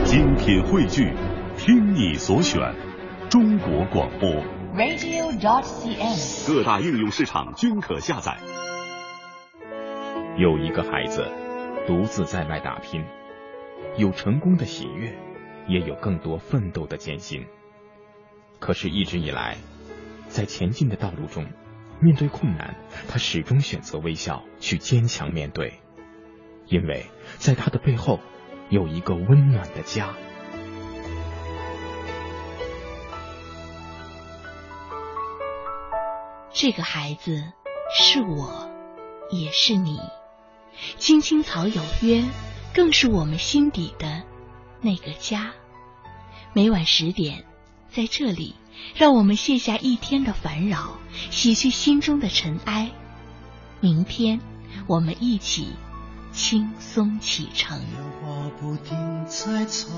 精品汇聚，听你所选，中国广播 radio.cn， 各大应用市场均可下载。 有一个孩子独自在外打拼，有成功的喜悦，也有更多奋斗的艰辛。可是一直以来，在前进的道路中，面对困难，他始终选择微笑，去坚强面对，因为在他的背后有一个温暖的家。 这个孩子是我，也是你。青青草有约，更是我们心底的那个家。每晚10点，在这里，让我们卸下一天的烦扰，洗去心中的尘埃。明天，我们一起轻松启程。 电话不停在吵，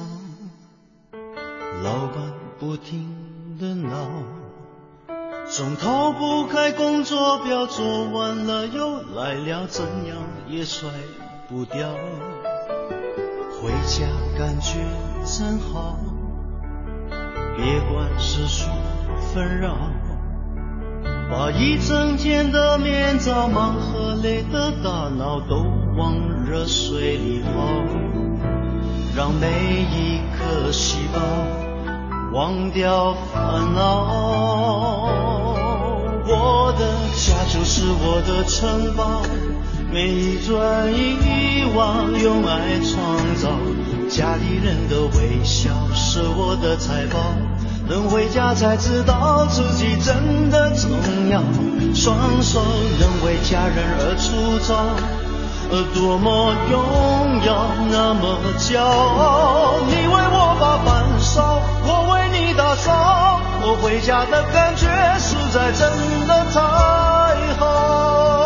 老板不停地闹，总逃不开工作表，做完了又来了，怎样也甩不掉。回家感觉真好，别管世俗纷扰，把一整天的面罩、忙和累的大脑都往热水里泡，让每一颗细胞忘掉烦恼。我的家就是我的城堡，每一砖一瓦用爱创造，家里人的微笑是我的财宝，能回家才知道自己真的重要，双手能为家人而出招，多么荣耀，那么骄傲。你为我把饭烧，我为你打扫，我回家的感觉实在真的太好。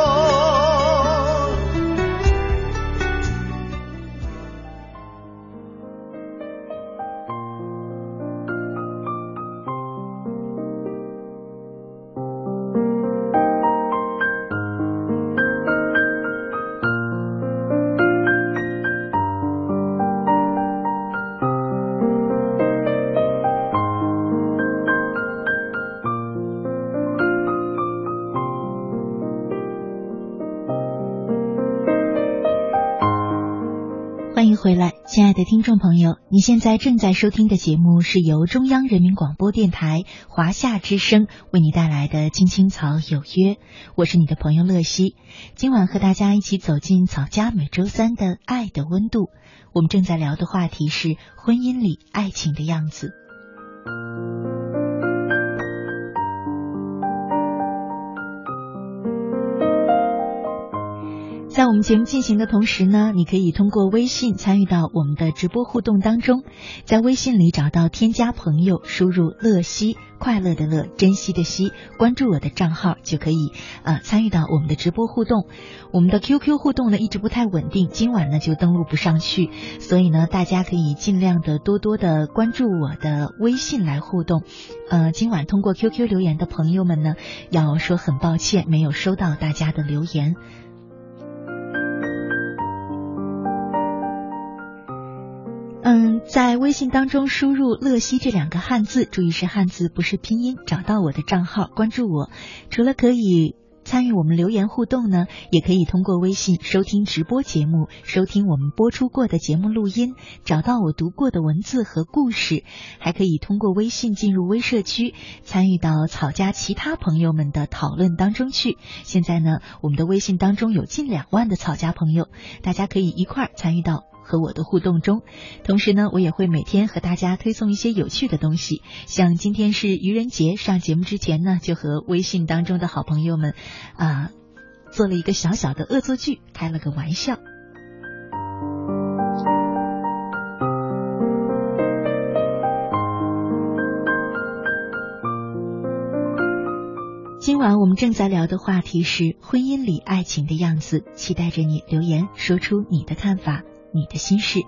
欢迎回来，亲爱的听众朋友，你现在正在收听的节目是由中央人民广播电台华夏之声为你带来的《青青草有约》，我是你的朋友乐西。今晚和大家一起走进草家每周3的爱的温度，我们正在聊的话题是婚姻里爱情的样子。在我们节目进行的同时呢，你可以通过微信参与到我们的直播互动当中，在微信里找到添加朋友，输入乐西，快乐的乐，珍惜的惜，关注我的账号就可以参与到我们的直播互动。我们的 QQ 互动呢一直不太稳定，今晚呢就登录不上去，所以呢大家可以尽量的多多的关注我的微信来互动。今晚通过 QQ 留言的朋友们呢，要说很抱歉没有收到大家的留言。在微信当中输入乐西这2个汉字，注意是汉字不是拼音，找到我的账号关注我。除了可以参与我们留言互动呢，也可以通过微信收听直播节目，收听我们播出过的节目录音，找到我读过的文字和故事，还可以通过微信进入微社区，参与到草家其他朋友们的讨论当中去。现在呢，我们的微信当中有近2万的草家朋友，大家可以一块儿参与到和我的互动中。同时呢，我也会每天和大家推送一些有趣的东西，像今天是愚人节，上节目之前呢，就和微信当中的好朋友们做了一个小小的恶作剧，开了个玩笑。今晚我们正在聊的话题是婚姻里爱情的样子，期待着你留言说出你的看法，你的心事。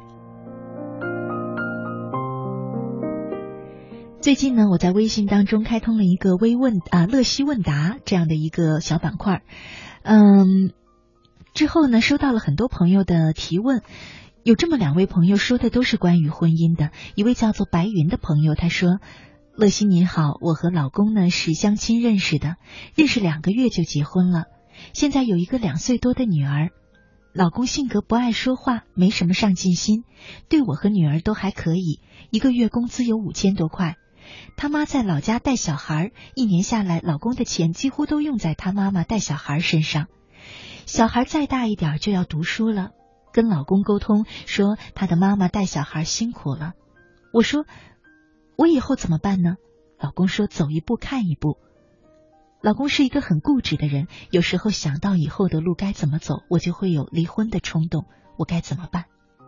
最近呢，我在微信当中开通了一个乐西问答这样的一个小板块，之后呢，收到了很多朋友的提问， 有这么2位朋友说的都是关于婚姻的。一位叫做白云的朋友，他说：乐西您好，我和老公呢是相亲认识的，认识2个月就结婚了，现在有一个2岁多的女儿。老公性格不爱说话，没什么上进心，对我和女儿都还可以，一个月工资有5000多块。他妈在老家带小孩，1年下来，老公的钱几乎都用在他妈妈带小孩身上。小孩再大一点就要读书了，跟老公沟通说他的妈妈带小孩辛苦了。我说我以后怎么办呢？老公说走一步看一步。老公是一个很固执的人，有时候想到以后的路该怎么走，我就会有离婚的冲动，我该怎么办？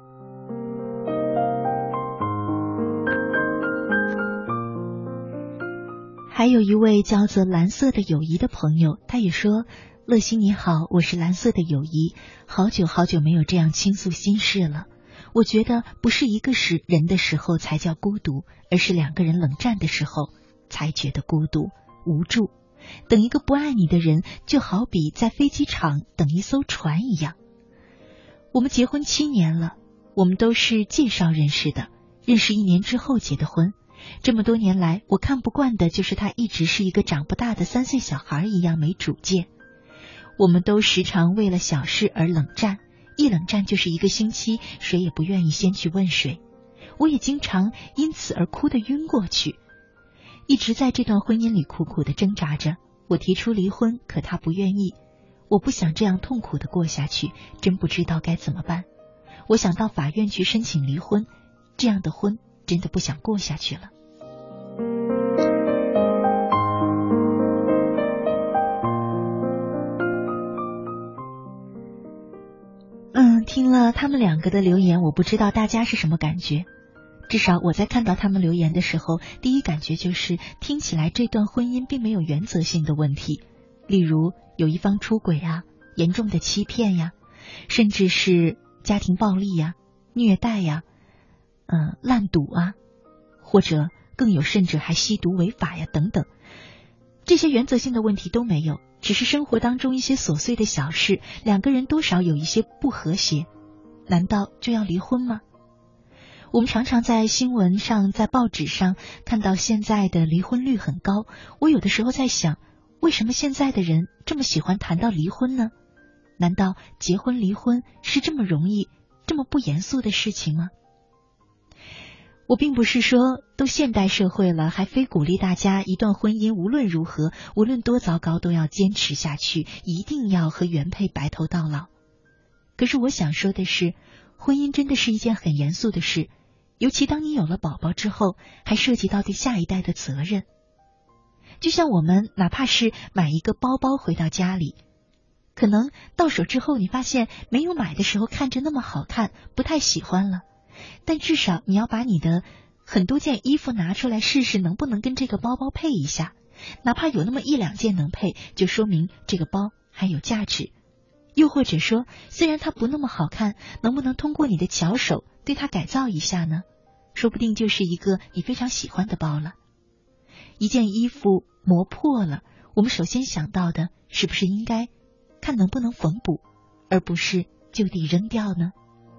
还有一位叫做蓝色的友谊的朋友，他也说：乐西你好，我是蓝色的友谊，好久好久没有这样倾诉心事了。我觉得不是一个人的时候才叫孤独，而是2个人冷战的时候才觉得孤独无助。等一个不爱你的人，就好比在飞机场等一艘船一样。我们结婚7年了，我们都是介绍认识的，认识1年之后结的婚。这么多年来，我看不惯的就是他一直是一个长不大的3岁小孩一样没主见。我们都时常为了小事而冷战，一冷战就是1个星期，谁也不愿意先去问谁。我也经常因此而哭得晕过去，一直在这段婚姻里苦苦地挣扎着。我提出离婚，可他不愿意。我不想这样痛苦地过下去，真不知道该怎么办。我想到法院去申请离婚，这样的婚真的不想过下去了。听了他们2个的留言，我不知道大家是什么感觉。至少我在看到他们留言的时候，第一感觉就是听起来这段婚姻并没有原则性的问题，例如有一方出轨啊，严重的欺骗呀，甚至是家庭暴力呀、虐待呀、滥赌啊，或者更有甚者还吸毒违法呀等等。这些原则性的问题都没有，只是生活当中一些琐碎的小事，2个人多少有一些不和谐，难道就要离婚吗？我们常常在新闻上，在报纸上看到现在的离婚率很高，我有的时候在想，为什么现在的人这么喜欢谈到离婚呢？难道结婚离婚是这么容易、这么不严肃的事情吗？我并不是说都现代社会了，还非鼓励大家一段婚姻无论如何，无论多糟糕都要坚持下去，一定要和原配白头到老。可是我想说的是，婚姻真的是一件很严肃的事，尤其当你有了宝宝之后，还涉及到对下一代的责任。就像我们哪怕是买一个包包回到家里，可能到手之后你发现没有买的时候看着那么好看，不太喜欢了，但至少你要把你的很多件衣服拿出来试试能不能跟这个包包配一下，哪怕有那么1-2件能配，就说明这个包还有价值。又或者说，虽然它不那么好看，能不能通过你的巧手对它改造一下呢？说不定就是一个你非常喜欢的包了。一件衣服磨破了，我们首先想到的是不是应该看能不能缝补，而不是就地扔掉呢？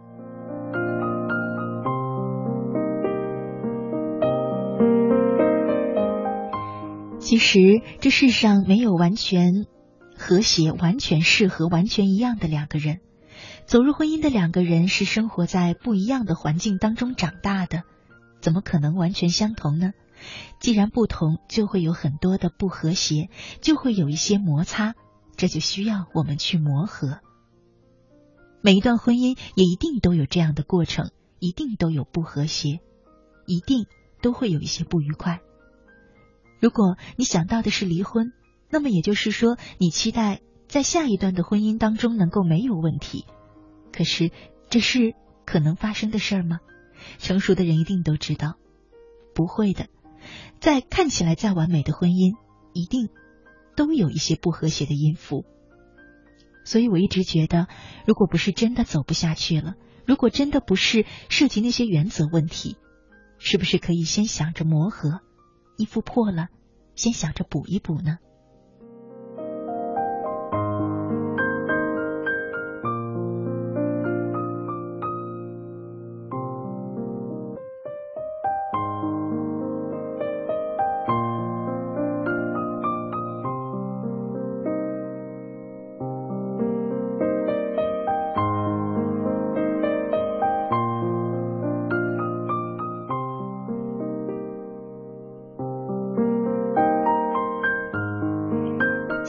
其实这世上没有完全和谐、完全适合、完全一样的2个人。走入婚姻的2个人是生活在不一样的环境当中长大的，怎么可能完全相同呢？既然不同，就会有很多的不和谐，就会有一些摩擦，这就需要我们去磨合。每一段婚姻也一定都有这样的过程，一定都有不和谐，一定都会有一些不愉快。如果你想到的是离婚，那么也就是说，你期待在下一段的婚姻当中能够没有问题。可是这是可能发生的事儿吗？成熟的人一定都知道，不会的。在看起来再完美的婚姻，一定都有一些不和谐的音符。所以我一直觉得，如果不是真的走不下去了，如果真的不是涉及那些原则问题，是不是可以先想着磨合？衣服破了，先想着补一补呢？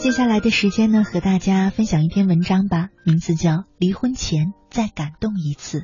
接下来的时间呢，和大家分享一篇文章吧，名字叫《离婚前再感动一次》。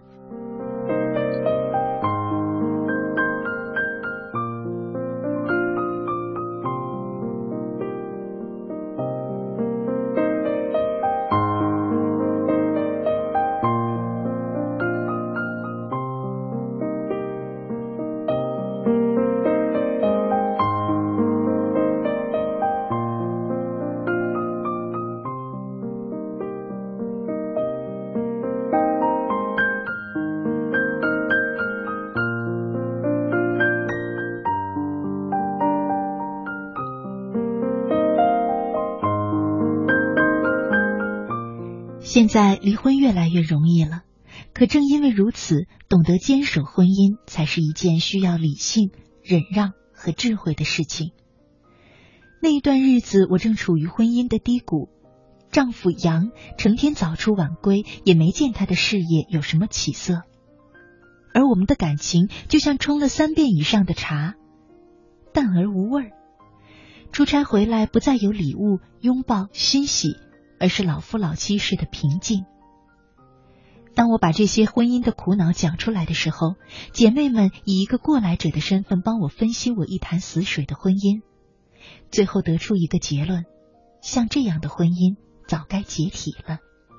现在离婚越来越容易了，可正因为如此，懂得坚守婚姻才是一件需要理性、忍让和智慧的事情。那一段日子，我正处于婚姻的低谷，丈夫杨成天早出晚归，也没见他的事业有什么起色。而我们的感情就像冲了3遍以上的茶，淡而无味儿。出差回来不再有礼物、拥抱、欣喜，而是老夫老妻式的平静。当我把这些婚姻的苦恼讲出来的时候，姐妹们以一个过来者的身份帮我分析我一潭死水的婚姻，最后得出一个结论：像这样的婚姻早该解体了。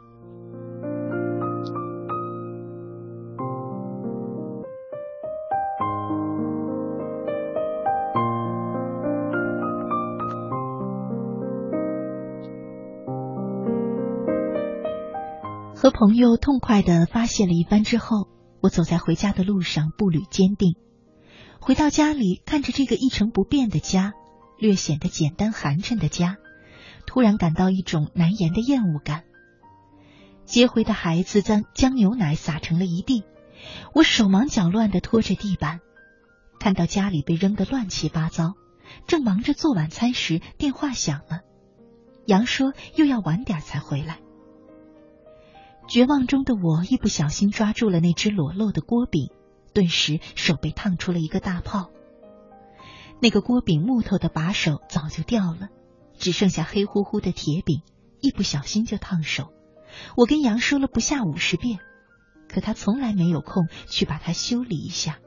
和朋友痛快地发泄了一番之后，我走在回家的路上，步履坚定。回到家里，看着这个一成不变的家，略显得简单寒碜的家，突然感到一种难言的厌恶感。接回的孩子将牛奶洒成了一地，我手忙脚乱地拖着地板，看到家里被扔得乱七八糟，正忙着做晚餐时，电话响了。杨说又要晚点才回来。绝望中的我一不小心抓住了那只裸露的锅饼，顿时手被烫出了一个大泡。那个锅饼木头的把手早就掉了，只剩下黑乎乎的铁饼，一不小心就烫手。我跟杨说了不下50遍，可他从来没有空去把它修理一下。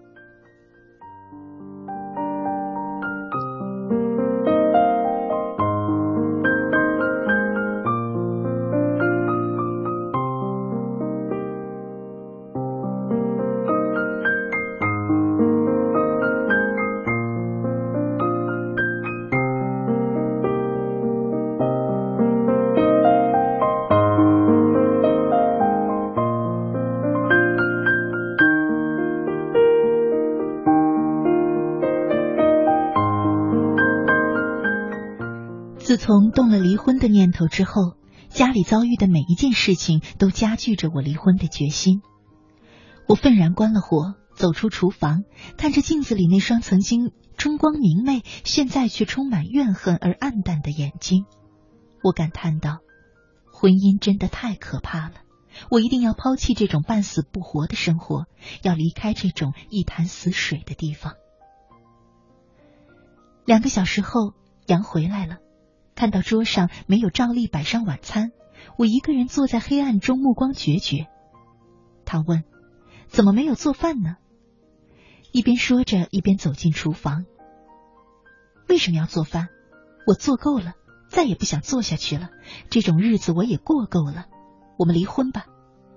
自从动了离婚的念头之后，家里遭遇的每一件事情都加剧着我离婚的决心。我愤然关了火，走出厨房，看着镜子里那双曾经春光明媚，现在却充满怨恨而暗淡的眼睛，我感叹道：婚姻真的太可怕了，我一定要抛弃这种半死不活的生活，要离开这种一潭死水的地方。2个小时后，杨回来了，看到桌上没有照例摆上晚餐，我一个人坐在黑暗中，目光决绝。他问：怎么没有做饭呢？一边说着，一边走进厨房。为什么要做饭？我做够了，再也不想做下去了，这种日子我也过够了，我们离婚吧。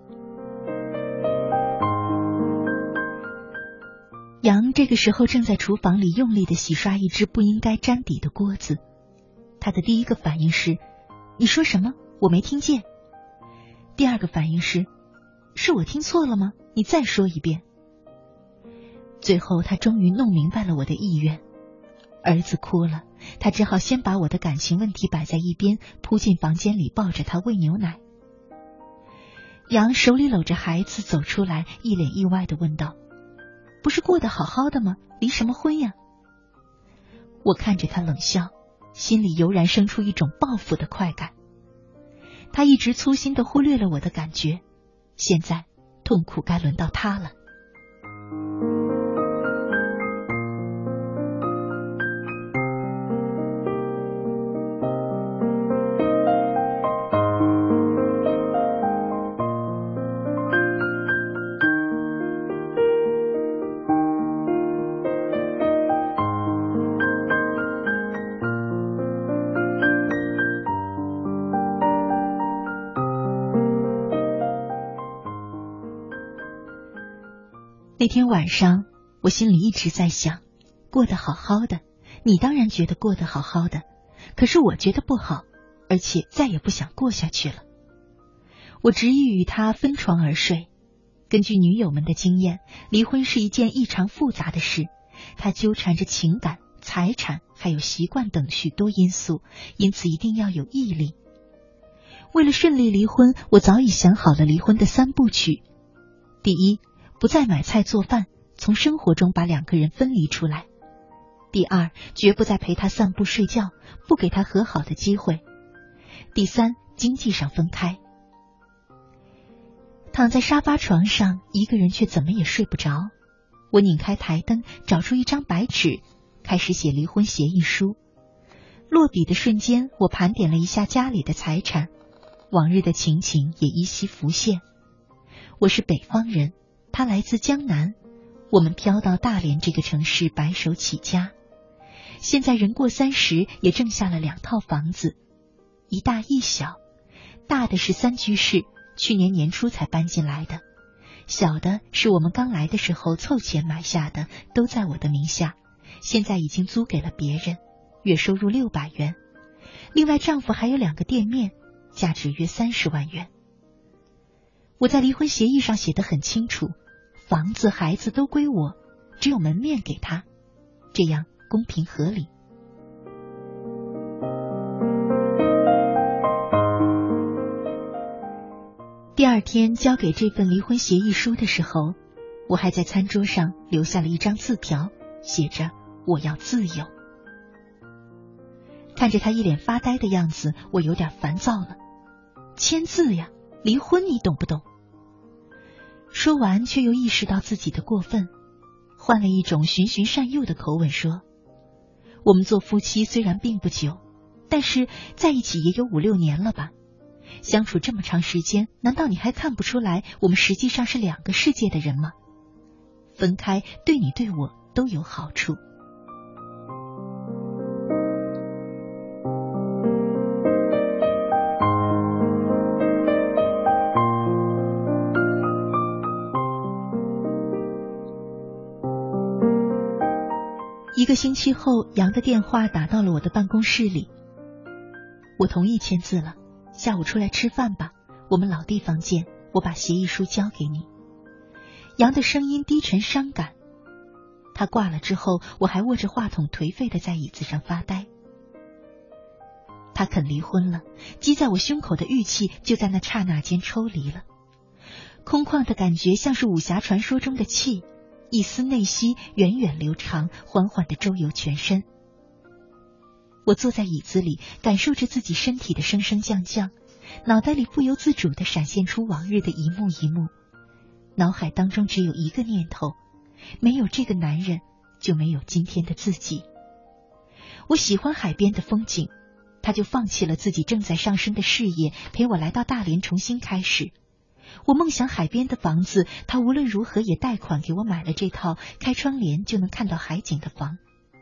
杨这个时候正在厨房里用力地洗刷一只不应该沾底的锅子。他的第一个反应是：你说什么？我没听见。第二个反应是：是我听错了吗？你再说一遍。最后他终于弄明白了我的意愿。儿子哭了，他只好先把我的感情问题摆在一边，扑进房间里抱着他喂牛奶。杨手里搂着孩子走出来，一脸意外地问道：不是过得好好的吗？离什么婚呀？我看着他冷笑，心里油然生出一种报复的快感。他一直粗心地忽略了我的感觉，现在痛苦该轮到他了。 那天晚上，我心里一直在想，过得好好的，你当然觉得过得好好的，可是我觉得不好，而且再也不想过下去了。我执意与他分床而睡。根据女友们的经验，离婚是一件异常复杂的事，它纠缠着情感、财产还有习惯等许多因素，因此一定要有毅力。为了顺利离婚，我早已想好了离婚的3部曲。第一，不再买菜做饭，从生活中把2个人分离出来。第二，绝不再陪他散步睡觉，不给他和好的机会。第三，经济上分开。躺在沙发床上，一个人却怎么也睡不着。我拧开台灯，找出一张白纸，开始写离婚协议书。落笔的瞬间，我盘点了一下家里的财产，往日的情景也依稀浮现。我是北方人，他来自江南，我们飘到大连这个城市白手起家。现在人过30，也挣下了2套房子，一大一小。大的是3居室，去年年初才搬进来的，小的是我们刚来的时候凑钱买下的，都在我的名下，现在已经租给了别人，月收入600元。另外丈夫还有2个店面，价值约30万元。我在离婚协议上写得很清楚，房子孩子都归我，只有门面给他，这样公平合理。第二天交给这份离婚协议书的时候，我还在餐桌上留下了一张字条，写着我要自由。看着他一脸发呆的样子，我有点烦躁了。签字呀，离婚你懂不懂？说完却又意识到自己的过分，换了一种循循善诱的口吻说，我们做夫妻虽然并不久，但是在一起也有5、6年了吧，相处这么长时间，难道你还看不出来我们实际上是2个世界的人吗？分开对你对我都有好处。1个星期后，杨的电话打到了我的办公室里。我同意签字了，下午出来吃饭吧，我们老地方见，我把协议书交给你。杨的声音低沉伤感。他挂了之后，我还握着话筒颓废地在椅子上发呆。他肯离婚了，积在我胸口的郁气就在那刹那间抽离了。空旷的感觉像是武侠传说中的气，一丝内息，源远流长，缓缓地周游全身。我坐在椅子里，感受着自己身体的升升降降，脑袋里不由自主地闪现出往日的一幕一幕。脑海当中只有一个念头，没有这个男人，就没有今天的自己。我喜欢海边的风景，他就放弃了自己正在上升的事业，陪我来到大连重新开始。我梦想海边的房子，他无论如何也贷款给我买了这套开窗帘就能看到海景的房。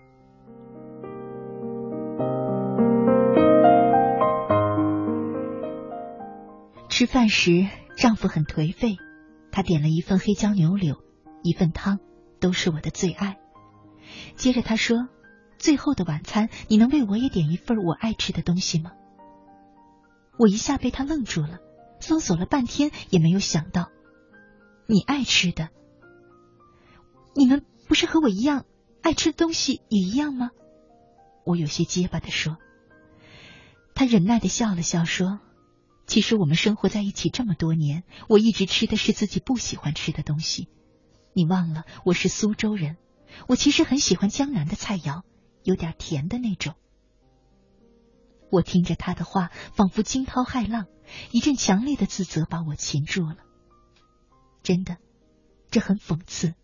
吃饭时，丈夫很颓废，他点了一份黑椒牛柳，一份汤，都是我的最爱。接着他说，最后的晚餐，你能为我也点一份我爱吃的东西吗？我一下被他愣住了，搜索了半天也没有想到，你爱吃的，你们不是和我一样爱吃的东西也一样吗？我有些结巴地说。他忍耐地笑了笑说，其实我们生活在一起这么多年，我一直吃的是自己不喜欢吃的东西。你忘了我是苏州人，我其实很喜欢江南的菜肴，有点甜的那种。我听着他的话，仿佛惊涛骇浪，一阵强烈的自责把我擒住了。真的，这很讽刺。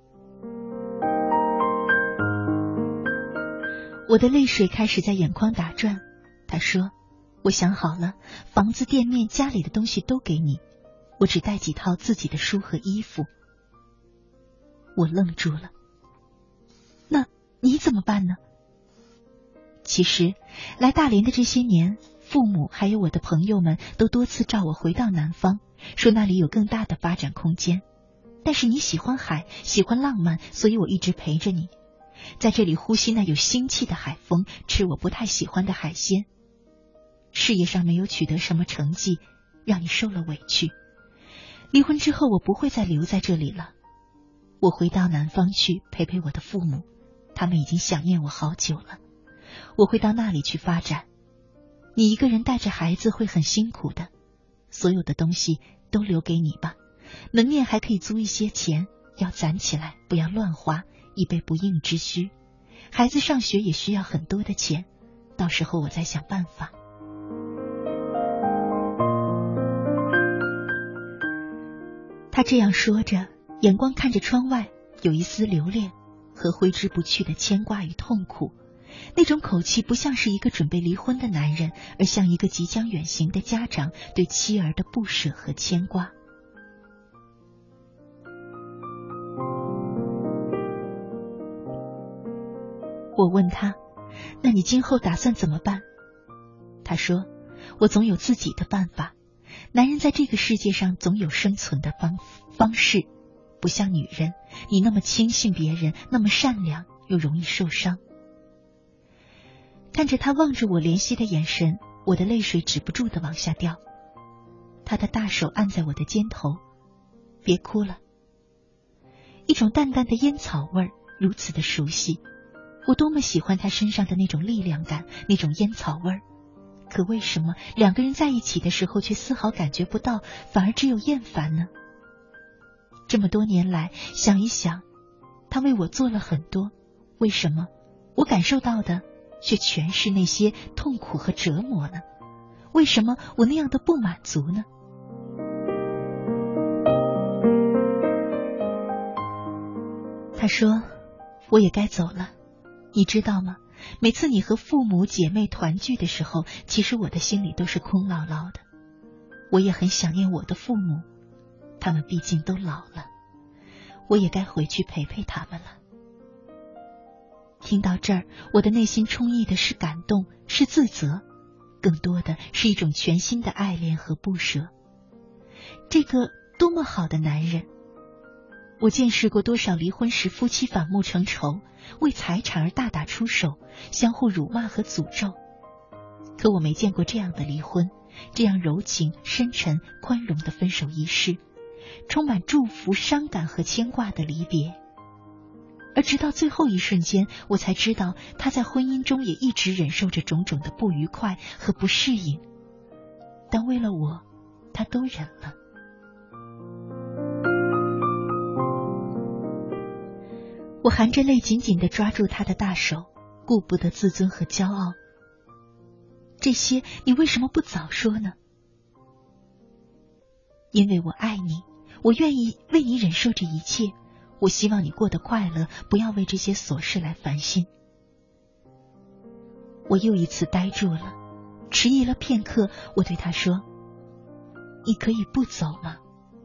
我的泪水开始在眼眶打转。他说，我想好了，房子店面家里的东西都给你，我只带几套自己的书和衣服。我愣住了。那你怎么办呢？其实来大连的这些年，父母还有我的朋友们都多次召我回到南方，说那里有更大的发展空间， 但是你喜欢海，喜欢浪漫，所以我一直陪着你，在这里呼吸那有腥气的海风，吃我不太喜欢的海鲜。事业上没有取得什么成绩，让你受了委屈。离婚之后，我不会再留在这里了，我回到南方去陪陪我的父母，他们已经想念我好久了，我会到那里去发展。你一个人带着孩子会很辛苦的，所有的东西都留给你吧，门面还可以租一些钱，要攒起来，不要乱花，以备不应之需。孩子上学也需要很多的钱，到时候我再想办法。他这样说着，眼光看着窗外，有一丝留恋和挥之不去的牵挂与痛苦。那种口气不像是一个准备离婚的男人，而像一个即将远行的家长对妻儿的不舍和牵挂。我问他，那你今后打算怎么办？他说，我总有自己的办法。男人在这个世界上总有生存的方式，不像女人，你那么轻信别人，那么善良，又容易受伤。看着他望着我怜惜的眼神，我的泪水止不住地往下掉。他的大手按在我的肩头，别哭了。一种淡淡的烟草味儿，如此的熟悉，我多么喜欢他身上的那种力量感，那种烟草味儿。可为什么两个人在一起的时候却丝毫感觉不到，反而只有厌烦呢？这么多年来，想一想，他为我做了很多，为什么我感受到的却全是那些痛苦和折磨呢？为什么我那样的不满足呢？他说，我也该走了，你知道吗？每次你和父母姐妹团聚的时候，其实我的心里都是空落落的。我也很想念我的父母，他们毕竟都老了，我也该回去陪陪他们了。听到这儿，我的内心充溢的是感动，是自责，更多的是一种全新的爱恋和不舍。这个多么好的男人！我见识过多少离婚时夫妻反目成仇，为财产而大打出手，相互辱骂和诅咒。可我没见过这样的离婚，这样柔情、深沉、宽容的分手仪式，充满祝福、伤感和牵挂的离别。而直到最后一瞬间，我才知道他在婚姻中也一直忍受着种种的不愉快和不适应，但为了我，他都忍了。我含着泪紧紧地抓住他的大手，顾不得自尊和骄傲。这些你为什么不早说呢？因为我爱你，我愿意为你忍受这一切，我希望你过得快乐，不要为这些琐事来烦心。我又一次呆住了，迟疑了片刻，我对他说，你可以不走吗？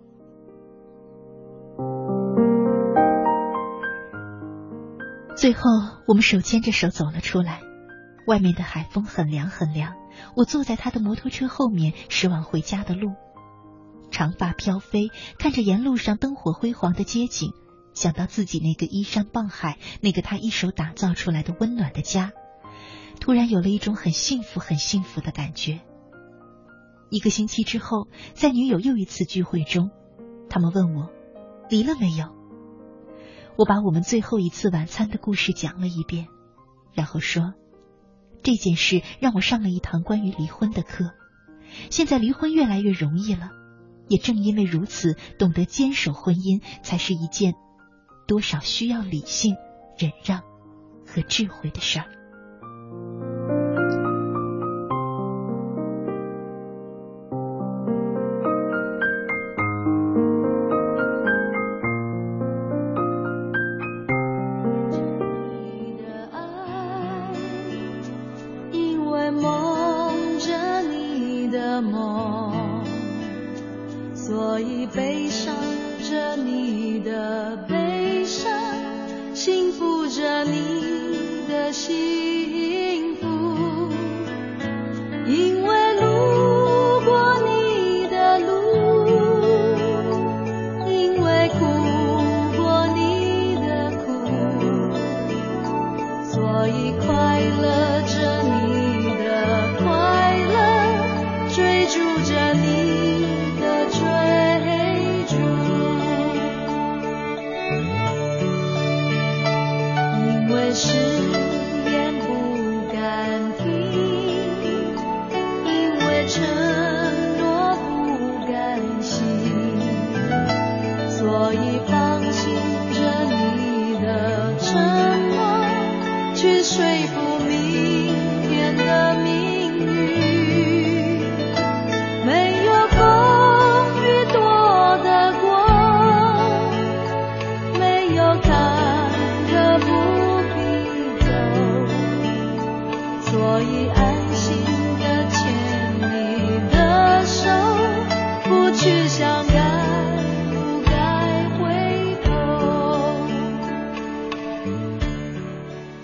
最后我们手牵着手走了出来，外面的海风很凉很凉，我坐在他的摩托车后面，驶往回家的路。长发飘飞，看着沿路上灯火辉煌的街景，想到自己那个依山傍海，那个他一手打造出来的温暖的家，突然有了一种很幸福很幸福的感觉。1个星期之后，在女友又一次聚会中，他们问我离了没有。我把我们最后一次晚餐的故事讲了一遍，然后说，这件事让我上了一堂关于离婚的课。现在离婚越来越容易了，也正因为如此，懂得坚守婚姻才是一件多少需要理性、忍让和智慧的事儿。 因为苦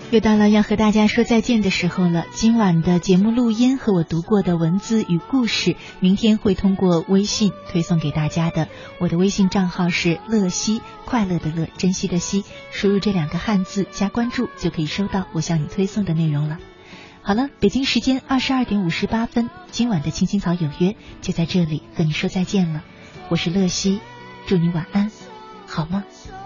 又到了要和大家说再见的时候了。今晚的节目录音和我读过的文字与故事，明天会通过微信推送给大家的。我的微信账号是乐西，快乐的乐，珍惜的惜，输入这2个汉字加关注，就可以收到我向你推送的内容了。好了，北京时间22点58分，今晚的青青草有约就在这里和你说再见了。我是乐西，祝你晚安，好梦。